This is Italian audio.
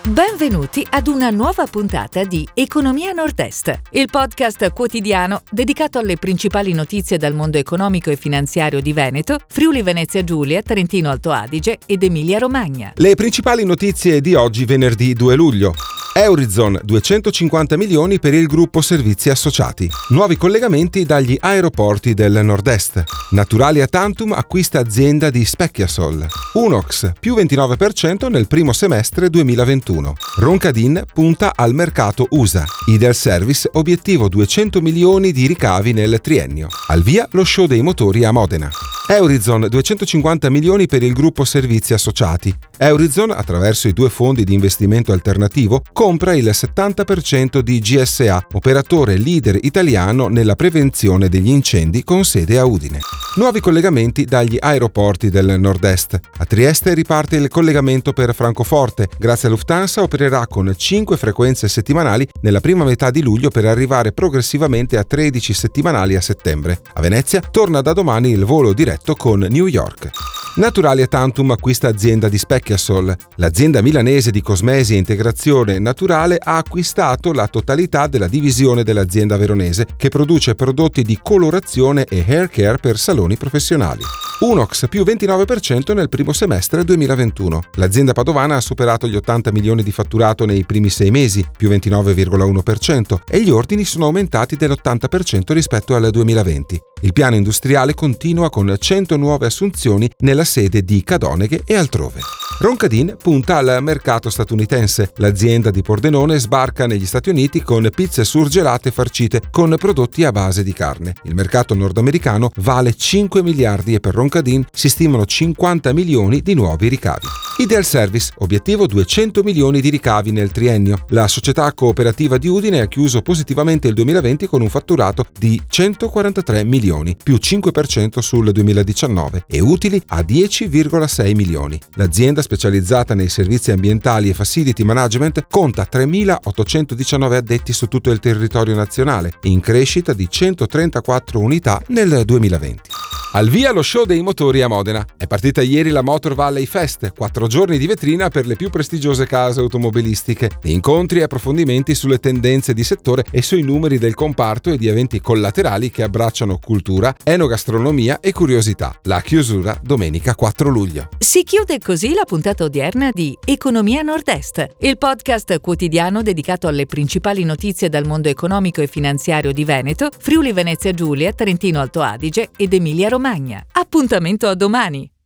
Benvenuti ad una nuova puntata di Economia Nord-Est, il podcast quotidiano dedicato alle principali notizie dal mondo economico e finanziario di Veneto, Friuli Venezia Giulia, Trentino Alto Adige ed Emilia Romagna. Le principali notizie di oggi, venerdì 2 luglio. Eurizon, 250 milioni per il gruppo servizi associati. Nuovi collegamenti dagli aeroporti del Nord-Est. Naturalia Tantum acquista azienda di Specchiasol. Unox, più 29% nel primo semestre 2021. Roncadin punta al mercato USA. Idel Service, obiettivo 200 milioni di ricavi nel triennio. Al via lo show dei motori a Modena. Eurizon, 250 milioni per il gruppo servizi associati. Eurizon, attraverso i due fondi di investimento alternativo, compra il 70% di GSA, operatore leader italiano nella prevenzione degli incendi con sede a Udine. Nuovi collegamenti dagli aeroporti del Nord-Est. A Trieste riparte il collegamento per Francoforte. Grazie a Lufthansa opererà con 5 frequenze settimanali nella prima metà di luglio per arrivare progressivamente a 13 settimanali a settembre. A Venezia torna da domani il volo diretto con New York. Naturalia Tantum acquista azienda di Specchiasol. L'azienda milanese di cosmesi e integrazione naturale ha acquistato la totalità della divisione dell'azienda veronese che produce prodotti di colorazione e hair care per saloni professionali. Unox, più 29% nel primo semestre 2021. L'azienda padovana ha superato gli 80 milioni di fatturato nei primi 6 mesi, più 29,1%, e gli ordini sono aumentati dell'80% rispetto al 2020. Il piano industriale continua con 100 nuove assunzioni nella sede di Cadoneghe e altrove. Roncadin punta al mercato statunitense. L'azienda di Pordenone sbarca negli Stati Uniti con pizze surgelate farcite con prodotti a base di carne. Il mercato nordamericano vale 5 miliardi e per Roncadin si stimano 50 milioni di nuovi ricavi. Idel Service, obiettivo 200 milioni di ricavi nel triennio. La società cooperativa di Udine ha chiuso positivamente il 2020 con un fatturato di 143 milioni, più 5% sul 2019, e utili a 10,6 milioni. L'azienda, specializzata nei servizi ambientali e facility management, conta 3.819 addetti su tutto il territorio nazionale, in crescita di 134 unità nel 2020. Al via lo show dei motori a Modena. È partita ieri la Motor Valley Fest, 4 giorni di vetrina per le più prestigiose case automobilistiche, incontri e approfondimenti sulle tendenze di settore e sui numeri del comparto e di eventi collaterali che abbracciano cultura, enogastronomia e curiosità. La chiusura domenica 4 luglio. Si chiude così la puntata odierna di Economia Nord-Est, il podcast quotidiano dedicato alle principali notizie dal mondo economico e finanziario di Veneto, Friuli Venezia Giulia, Trentino Alto Adige ed Emilia Romagna. Appuntamento a domani!